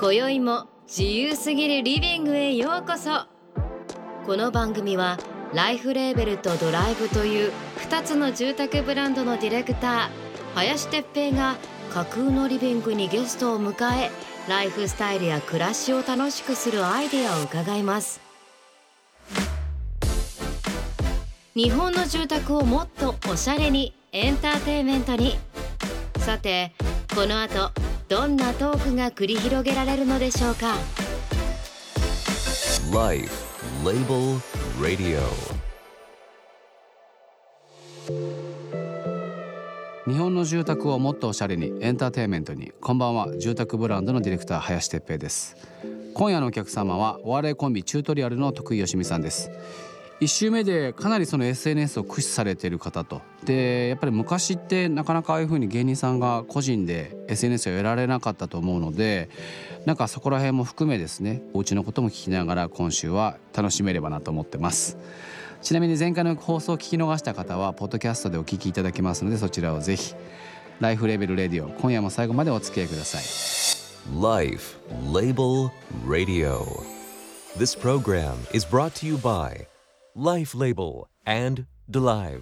今宵も自由すぎるリビングへようこそ。この番組はライフレーベルとドライブという2つの住宅ブランドのディレクター林哲平が架空のリビングにゲストを迎え、ライフスタイルや暮らしを楽しくするアイデアを伺います。日本の住宅をもっとおしゃれに、エンターテインメントに。さてこの後どんなトークが繰り広げられるのでしょうか。 Life Label Radio。 日本の住宅をもっとおしゃれに、エンターテインメントに。こんばんは、住宅ブランドのディレクター林哲平です。今夜のお客様はお笑いコンビチュートリアルの徳井よしみさんです。1週目でかなりその SNS を駆使されている方と、でやっぱり昔ってなかなかああいう風に芸人さんが個人で SNS をやられなかったと思うので、なんかそこら辺も含めですね、お家のことも聞きながら今週は楽しめればなと思ってます。ちなみに前回の放送を聞き逃した方はポッドキャストでお聞きいただけますので、そちらをぜひ。ライフレーベルレディオ、今夜も最後までお付き合いください。 Life Label Radio。 This program is brought to you by Life Label and Delive。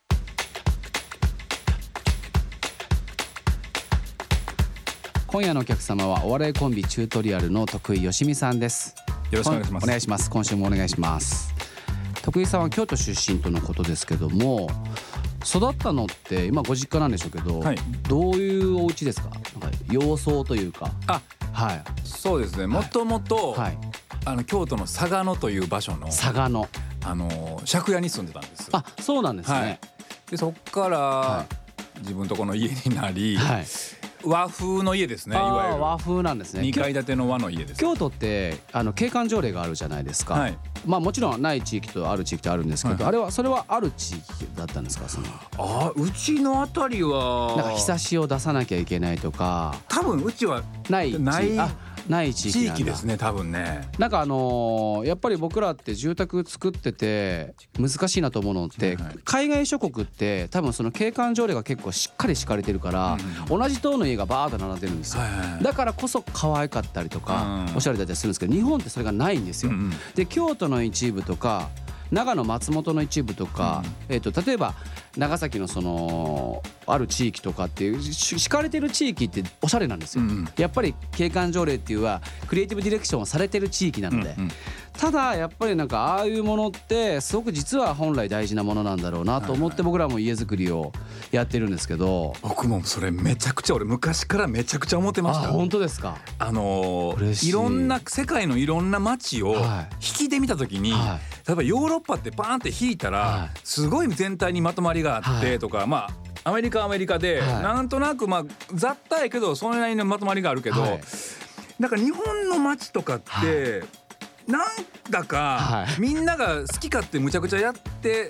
今夜のお客様はお笑いコンビチュートリアルの徳井よしみさんです。 よろしくお願いします。 お願いします。今週もお願いします。徳井さんは京都出身とのことですけども、育ったのって今ご実家なんでしょうけど、 はい、 どういうお家ですか？なんか洋装というか。はい、 そうですね、もともと京都の嵯峨野という場所の嵯峨野、 借家に住んでたんです。 あ、そうなんですね。はい、 でそっから自分とこの家になり、はい、和風の家ですね。いわゆる和風なんですね。 2階建ての和の家です。 京都って景観条例があるじゃないですか。はい、まあもちろんない地域とある地域とあるんですけど、はいはい、それはある地域だったんですか？ うちのあたりはなんか日差しを出さなきゃいけないとか。 多分うちはない地域ですね、多分ね。 なんかやっぱり僕らって住宅作ってて難しいなと思うのって、はいはい、海外諸国って多分その景観条例が結構しっかり敷かれてるから、同じ棟の家がバーッと並んでるんですよ。はいはい、だからこそ可愛かったりとか、おしゃれだったりするんですけど、日本ってそれがないんですよ。で京都の一部とか長野松本の一部とか、例えば長崎のそのある地域とかっていう敷かれてる地域っておしゃれなんですよ。やっぱり景観条例っていうはクリエイティブディレクションをされてる地域なので、ただやっぱりなんかああいうものってすごく実は本来大事なものなんだろうなと思って、僕らも家づくりをやってるんですけど。 僕もそれめちゃくちゃ、俺昔からめちゃくちゃ思ってました。 あ、本当ですか？ いろんな世界のいろんな街を引きで見た時に、例えばヨーロッパってバーンって引いたらすごい全体にまとまりがあってとか、まあアメリカでなんとなくまあ雑多やけどそれなりのまとまりがあるけど、なんか日本の街とかってなんだかみんなが好き勝手むちゃくちゃやって、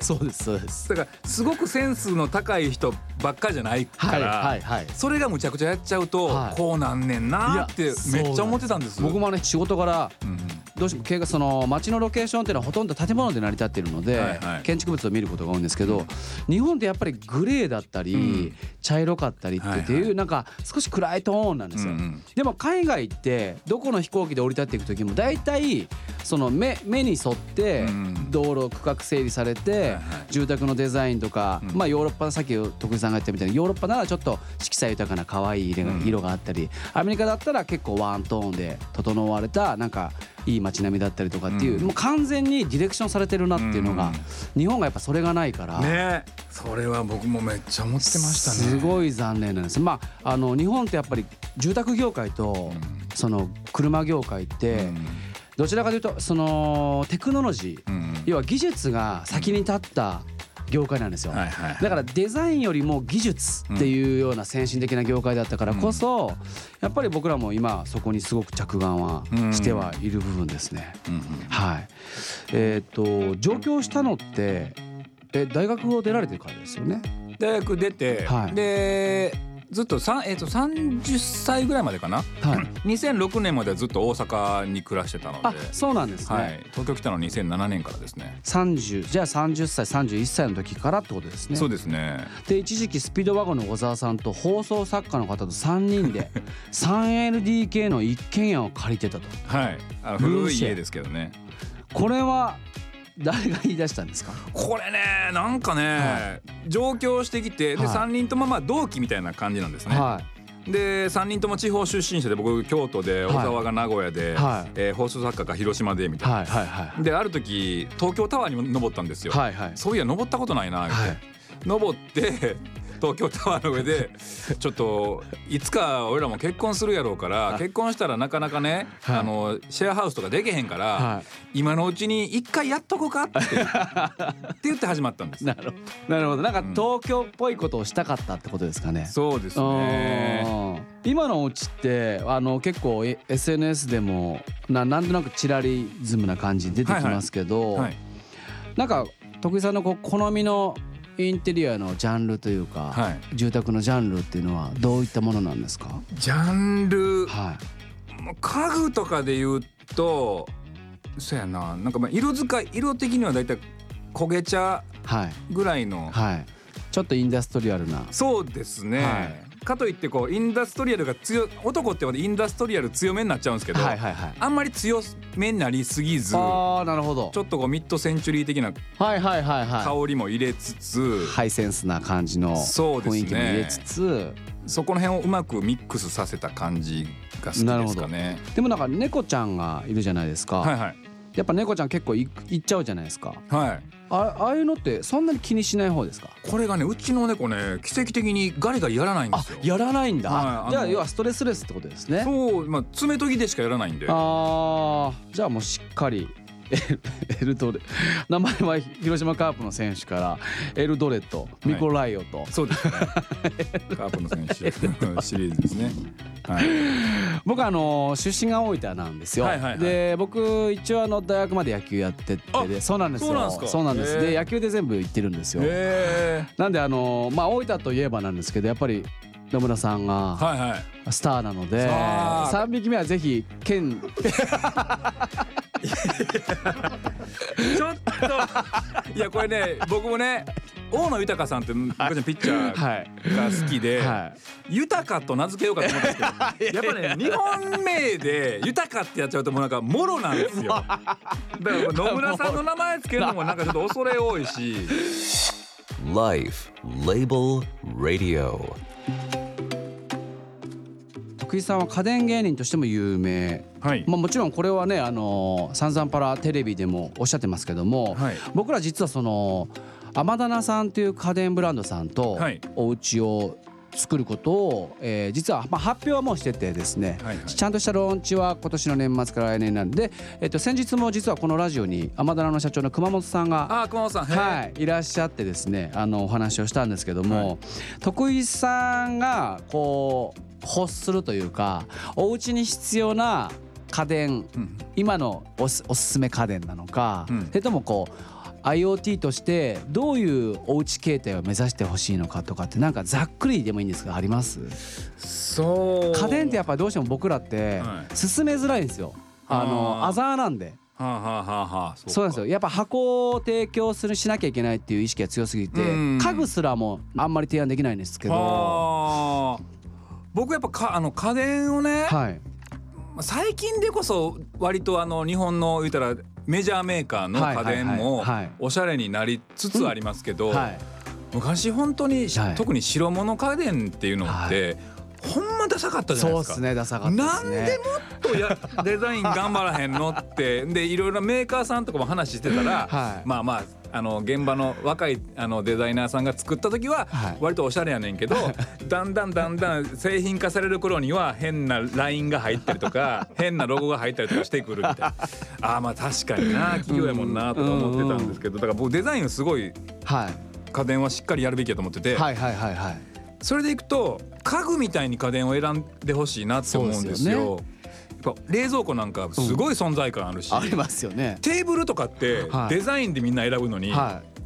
そうですそうです。 だからすごくセンスの高い人ばっかりじゃないから、それがむちゃくちゃやっちゃうとこうなんねんなってめっちゃ思ってたんです。 僕もね、仕事柄どうしてもその街のロケーションっていうのはほとんど建物で成り立っているので、建築物を見ることが多いんですけど、日本ってやっぱりグレーだったり茶色かったりっていうなんか少し暗いトーンなんですよ。でも海外ってどこの飛行機で降り立っていく時もだいたいその目に沿って道路区画整理されて、住宅のデザインとか、まあヨーロッパ、さっき徳井さんが言ったみたいにヨーロッパならちょっと色彩豊かな可愛い色があったり、アメリカだったら結構ワントーンで整われたなんかいい街並みだったりとかっていう、もう完全にディレクションされてるなっていうのが、日本がやっぱそれがないからね。それは僕もめっちゃ思ってましたね。 すごい残念なんです。まあ日本ってやっぱり住宅業界とその車業界ってどちらかというとそのテクノロジー、要は技術が先に立った業界なんですよ。だからデザインよりも技術っていうような先進的な業界だったからこそ、やっぱり僕らも今そこにすごく着眼はしてはいる部分ですね。はい。上京したのって大学を出られてるからですよね。 大学出て、でずっと30歳ぐらいまでかな、2006年まではずっと大阪に暮らしてたので。 あ、そうなんですね。 東京来たの2007年からですね。 じゃあ30歳31歳の時からってことですね。 そうですね。 で一時期スピードワゴンの小沢さんと放送作家の方と3人で 3LDK の一軒家を借りてたと。 はい、古い家ですけどね。 これは誰が言い出したんですか？ これね、なんかね、上京してきて、で3人ともまあ同期みたいな感じなんですね。で3人とも地方出身者で、僕京都で、小沢が名古屋で、放送作家が広島でみたいな。である時東京タワーに登ったんですよ。そういや登ったことないなって、登って東京タワーの上でちょっといつか俺らも結婚するやろうから、結婚したらなかなかね、シェアハウスとかできへんから、今のうちに一回やっとこうかって言って始まったんです。 なるほど。なんか東京っぽいことをしたかったってことですかね。 そうですね。 今のお家って結構 SNS でもなんとなくチラリズムな感じ出てきますけど、なんか徳井さんの好みのインテリアのジャンルというか、住宅のジャンルっていうのはどういったものなんですか？ ジャンル、家具とかで言うと、そうやな、なんかまあ色的にはだいたい焦げ茶ぐらいの、 ちょっとインダストリアルな。 そうですね。かといってこうインダストリアルが男ってインダストリアル強めになっちゃうんですけど、あんまり強めになりすぎず、 なるほど、 ちょっとこうミッドセンチュリー的な香りも入れつつ、 ハイセンスな感じの雰囲気も入れつつ、 そこの辺をうまくミックスさせた感じが好きですかね。 でもなんか猫ちゃんがいるじゃないですか。やっぱ猫ちゃん結構いっちゃうじゃないですか。ああいうのってそんなに気にしない方ですか？ これがね、うちの猫ね、奇跡的にガリガリやらないんですよ。 やらないんだ。じゃあ要はストレスレスってことですね。 そう、まあ爪研ぎでしかやらないんで。じゃあもうしっかりエルドレ、名前は広島カープの選手からエルドレとミコライオと、 そうですね。カープの選手シリーズですね。 僕出身が大分なんですよ。で僕一応大学まで野球やってて、そうなんですよ。そうなんです。で野球で全部行ってるんですよ。なんでまあ大分といえばなんですけど、やっぱり野村さんがスターなので、3匹目はぜひ県ちょっといやこれね、僕もね、大野豊さんって昔のピッチャーが好きで、豊と名付けようかと思ったんですけど、やっぱね日本名で豊ってやっちゃうともうなんかもろなんですよ。だから野村さんの名前つけるのもなんかちょっと恐れ多いし。 Life Label Radio。 徳井さんは家電芸人としても有名、もちろんこれはね散々パラテレビでもおっしゃってますけども、僕ら実はその天棚さんという家電ブランドさんとお家を作ることを、実は発表はもうしててですね、ちゃんとしたローンチは今年の年末から来年なんで、先日も実はこのラジオに天棚の社長の熊本さんがいらっしゃってですね、お話をしたんですけども、徳井さんがこう欲するというか、お家に必要な家電、今のおすすめ家電なのか、それともこうIoT としてどういうおうち形態を目指してほしいのかとかって、なんかざっくりでもいいんですがあります？ そう、 家電ってやっぱりどうしても僕らって進めづらいんですよ。アザーなんで。そうなんですよ。やっぱ箱を提供しなきゃいけないっていう意識が強すぎて、家具すらもあんまり提案できないんですけど、 僕やっぱ家電をね、最近でこそ割と日本の言ったらメジャーメーカーの家電もおしゃれになりつつありますけど、昔本当に特に白物家電っていうのってほんまダサかったじゃないですか。 そうですね、ダサかったですね。 なんでもっとデザイン頑張らへんのってでいろいろなメーカーさんとかも話してたら、まあ現場の若いデザイナーさんが作った時は割とおしゃれやねんけど、だんだん製品化される頃には変なラインが入ったりとか変なロゴが入ったりとかしてくるみたいな。まあ確かにな、企業やもんなとか思ってたんですけど、だから僕デザインすごい家電はしっかりやるべきやと思ってて、それでいくと家具みたいに家電を選んでほしいなって思うんですよ。冷蔵庫なんかすごい存在感あるし、 ありますよね。 テーブルとかってデザインでみんな選ぶのに、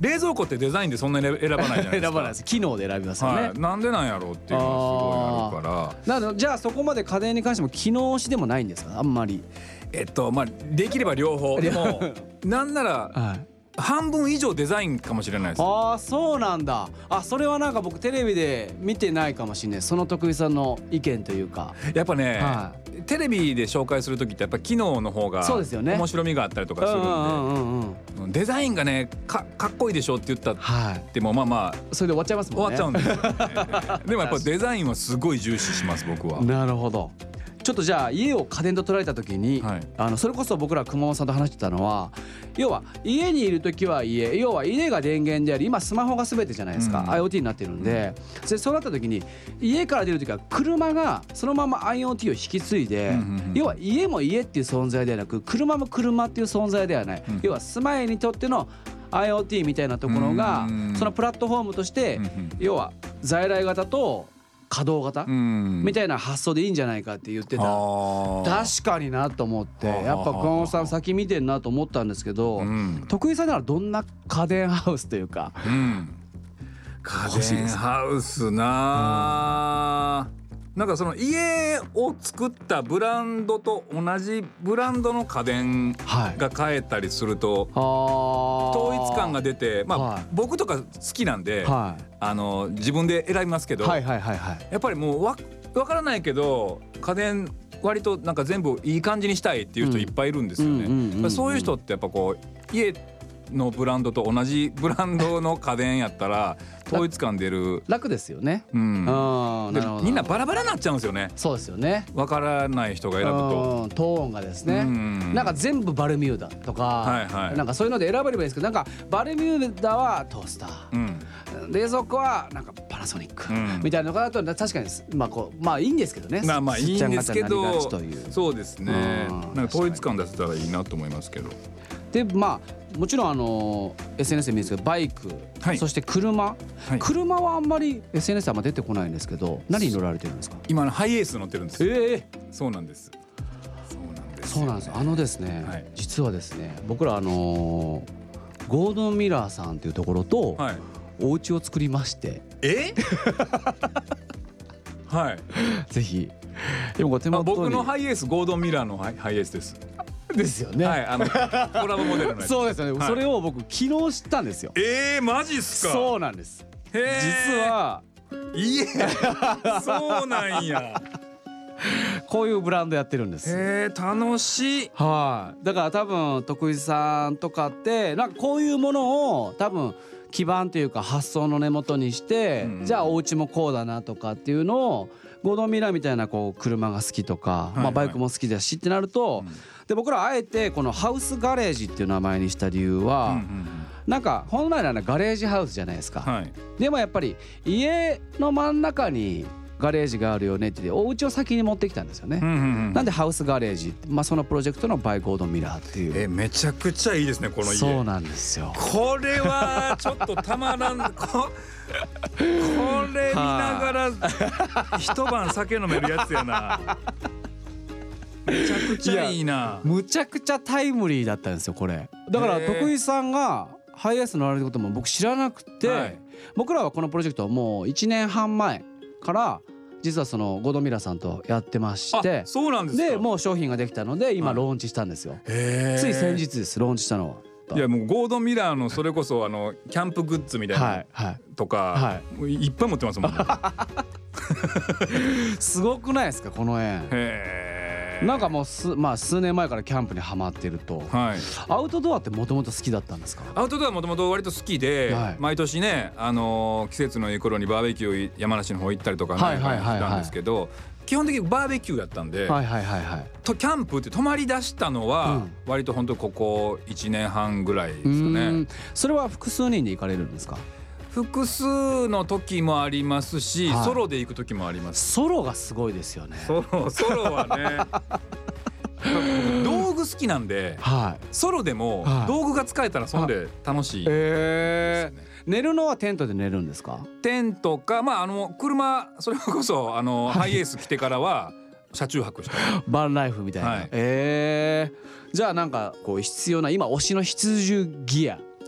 冷蔵庫ってデザインでそんなに選ばないじゃないですか。 選ばないです。機能で選びますよね、 なんでなんやろうっていうのがすごいあるから。 なのでじゃあそこまで家電に関しても機能しでもないんですか、あんまり。 まあできれば両方でもなんなら、半分以上デザインかもしれないです。 ああそうなんだ。それはなんか僕テレビで見てないかもしれない。その徳井さんの意見というか。 やっぱね、テレビで紹介する時ってやっぱ機能の方が面白みがあったりとかするんで、デザインがねかっこいいでしょって言ったってもまあそれで終わっちゃいますもんね。 終わっちゃうんですよねでもやっぱデザインはすごい重視します僕は。 なるほど。ちょっとじゃあ家を家電と捉えた時に、それこそ僕ら熊本さんと話してたのは、要は家にいる時は要は家が電源であり、今スマホが全てじゃないですか、IoT になってるんで、そうなった時に家から出る時は車がそのまま IoT を引き継いで、要は家も家っていう存在ではなく、車も車っていう存在ではない、要は住まいにとっての IoT みたいなところがそのプラットフォームとして、要は在来型と稼働型みたいな発想でいいんじゃないかって言ってた。確かになと思って、やっぱ熊本さん先見てんなと思ったんですけど、徳井さんならどんな家電ハウスというか、 家電ハウスな、なんかその家を作ったブランドと同じブランドの家電が買えたりすると統一感が出て、僕とか好きなんで自分で選びますけど、やっぱりもうわからないけど家電割となんか全部いい感じにしたいっていう人いっぱいいるんですよね。そういう人ってやっぱこう家のブランドと同じブランドの家電やったら統一感出る。 楽ですよね。 でみんなバラバラになっちゃうんですよね。 そうですよね。 分からない人が選ぶとトーンがですね、なんか全部バルミューダとか、なんかそういうので選べればいいんですけど、なんかバルミューダはトースター、冷蔵庫はなんかパナソニックみたいなのがだと確かにまあいいんですけどね。 まあいいんですけど、そうですね。なんか統一感出せたらいいなと思いますけど。 でもちろんSNS で見るんですけど、バイク、そして車、車はあんまり SNS であんま出てこないんですけど、何に乗られてるんですか？ 今ハイエース乗ってるんですよ。そうなんです。 そうなんです。ですね、実はですね、僕らゴードンミラーさんというところとお家を作りまして、ぜひ今ご手元に。 僕のハイエースゴードンミラーのハイエースですよね。 コラボモデルのやつ。 そうですよね。それを僕昨日知ったんですよ。 マジっすか？ そうなんです。実はそうなんや。 こういうブランドやってるんです。 楽しい。 だから多分徳井さんとかってなんかこういうものを多分基盤というか発想の根元にして、じゃあお家もこうだなとかっていうのをゴードンミラーみたいなこう車が好きとか、バイクも好きだしってなると、で僕らあえてこのハウスガレージっていう名前にした理由は、なんか本来ならガレージハウスじゃないですか。でもやっぱり家の真ん中にガレージがあるよねってお家を先に持ってきたんですよね。なんでハウスガレージ、そのプロジェクトのバイゴードンミラーっていう。 めちゃくちゃいいですねこの家。 そうなんですよ。 これはちょっとたまらん。これ見ながら一晩酒飲めるやつやな。めちゃくちゃいいな。 むちゃくちゃタイムリーだったんですよこれ。だから徳井さんがハイエース乗られることも僕知らなくて、僕らはこのプロジェクトはもう1年半前から実はそのゴードンミラーさんとやってまして、 そうなんですか。 でもう商品ができたので今ローンチしたんですよ。つい先日です、ローンチしたのは。 いやもうゴードンミラーのそれこそキャンプグッズみたいなとかいっぱい持ってますもんね。 すごくないですかこの園。なんかもう数年前からキャンプにハマってると。アウトドアってもともと好きだったんですか？ アウトドアもともと割と好きで、毎年ね季節のいい頃にバーベキュー山梨の方行ったりとかしたんですけど、基本的にバーベキューやったんで、キャンプって泊まり出したのは割と本当ここ1年半ぐらいですかね。 それは複数人で行かれるんですか？ 複数の時もありますし、ソロで行く時もあります。 ソロがすごいですよね。 ソロはね道具好きなんで、ソロでも道具が使えたらそんで楽しいですね。 寝るのはテントで寝るんですか？ テントか車、それこそハイエース来てからは車中泊したバンライフみたいな。じゃあなんかこう必要な今推しの必需ギア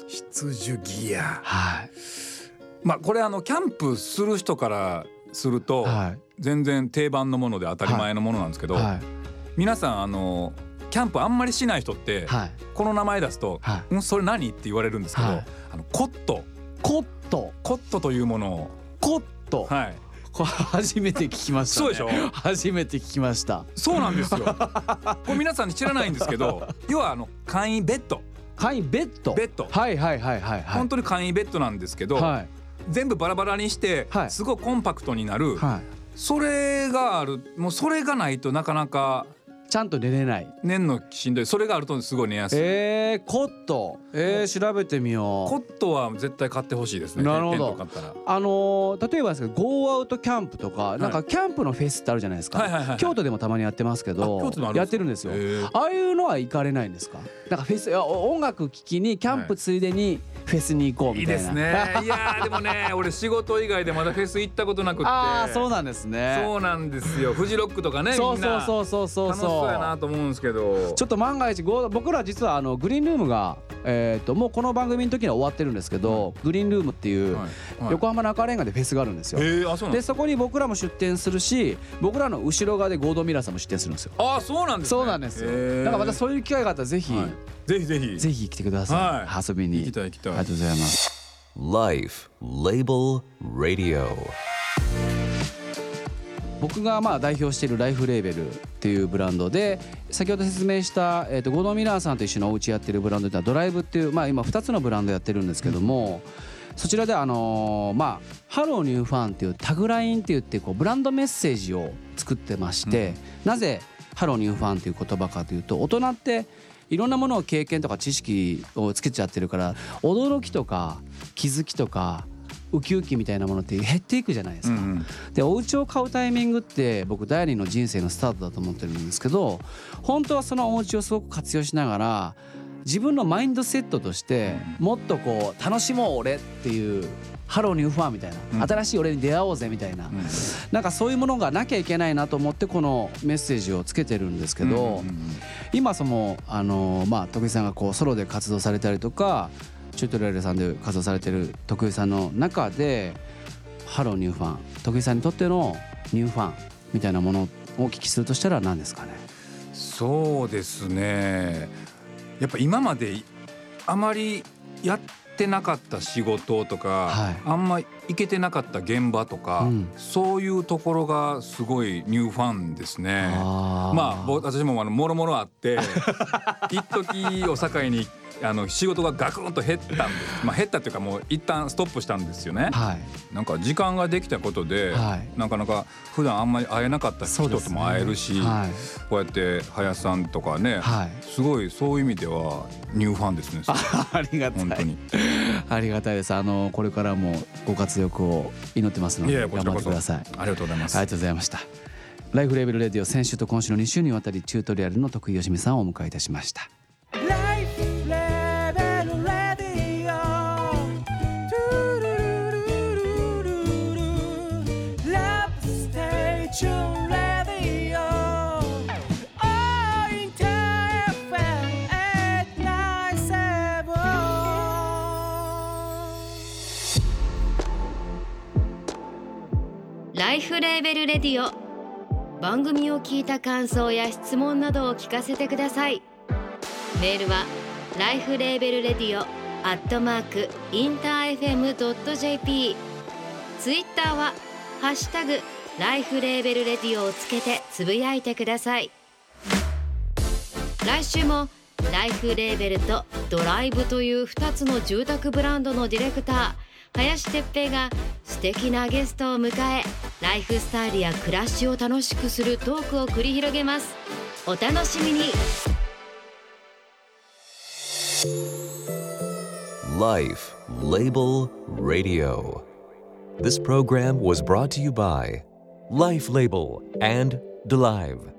必需ギア、 はい、 まあこれキャンプする人からすると、はい、全然定番のもので当たり前のものなんですけど、はい、皆さんキャンプあんまりしない人って、はい、この名前出すと、はい、それ何って言われるんですけど、はい、コットというものをコット、 はい、 初めて聞きましたね。 そうでしょ。 初めて聞きました。 そうなんですよ。これ皆さん知らないんですけど、要は簡易ベッド。 簡易ベッド。はいはいはいはい。 本当に簡易ベッドなんですけど、はい、全部バラバラにして、はい、すごいコンパクトになる、はい、それがある。もうそれがないとなかなかちゃんと寝れない。 寝んのしんどい。それがあるとすごい寝やすい。 コット、調べてみよう。 コットは絶対買ってほしいですね。 なるほど。 買ったら例えばですけどゴーアウトキャンプとか、はい、なんかキャンプのフェスってあるじゃないですか、はいはいはいはい、京都でもたまにやってますけど、やってるんですよ。ああいうのは行かれないんですか？なんかフェス、音楽聴きにキャンプついでにフェスに行こうみたいな。いいですね。 いやでもね俺仕事以外でまだフェス行ったことなくって。 ああそうなんですね。 そうなんですよ。フジロックとかね、みんな楽しそうやなと思うんですけど、 ちょっと万が一僕ら実はグリーンルームがもうこの番組の時には終わってるんですけど、グリーンルームっていう横浜の赤レンガでフェスがあるんですよ。でそこに僕らも出店するし、僕らの後ろ側でゴードミラーさんも出店するんですよ。 ああそうなんですね。 そうなんですよ。だからまたそういう機会があったらぜひ、 ぜひ来てください。遊びに。 行きたい。ありがとうございます。 Life Label Radio。 僕が代表しているライフレーベルっていうブランドで、先ほど説明した、ゴードミラーさんと一緒にお家やってるブランドではドライブっていう、今2つのブランドやってるんですけども、そちらでハローニューファンっていうタグラインって言ってブランドメッセージを作ってまして、なぜハローニューファンっていう言葉かというと、大人っていろんなものを経験とか知識をつけちゃってるから、驚きとか気づきとかウキウキみたいなものって減っていくじゃないですか、でお家を買うタイミングって僕第二の人生のスタートだと思ってるんですけど、本当はそのお家をすごく活用しながら自分のマインドセットとしてもっと楽しもう俺っていうハローニューファンみたいな、新しい俺に出会おうぜみたいな、なんかそういうものがなきゃいけないなと思ってこのメッセージをつけてるんですけど、今徳井さんがソロで活動されたりとかチュートリアルさんで活動されてる徳井さんの中で、ハローニューファン、徳井さんにとってのニューファンみたいなものをお聞きするとしたら何ですかね？ そうですね、やっぱ今まであまりやってなかった仕事とか、はい、あんま行けてなかった現場とか、そういうところがすごいニューファンですね。私ももろもろあって一時を境に仕事がガクンと減ったんです。減ったっていうかもう一旦ストップしたんですよね、はい、なんか時間ができたことで、はい、なかなか普段あんまり会えなかった人とも会えるし、はい、こうやって林さんとかね、はい、すごいそういう意味ではニューファンですね。 ありがたい、本当にありがたいです。これからもご活躍を祈ってますので頑張ってください。 ありがとうございます。 ありがとうございました。ライフレーベルレディオ、先週と今週の2週にわたりチュートリアルの徳井義美さんをお迎えいたしました。 ライフレーベルレディオ、番組を聞いた感想や質問などを聞かせてください。メールは lifelabelradio@interfm.jp、 ツイッターはハッシュタグライフレーベルレディオをつけてつぶやいてください。来週もライフレーベルとドライブという2つの住宅ブランドのディレクター林哲平が素敵なゲストを迎え、ライフスタイルや暮らしを楽しくするトークを繰り広げます。お楽しみに。 Life Label Radio. This program was brought to you by Life Label and DeLive.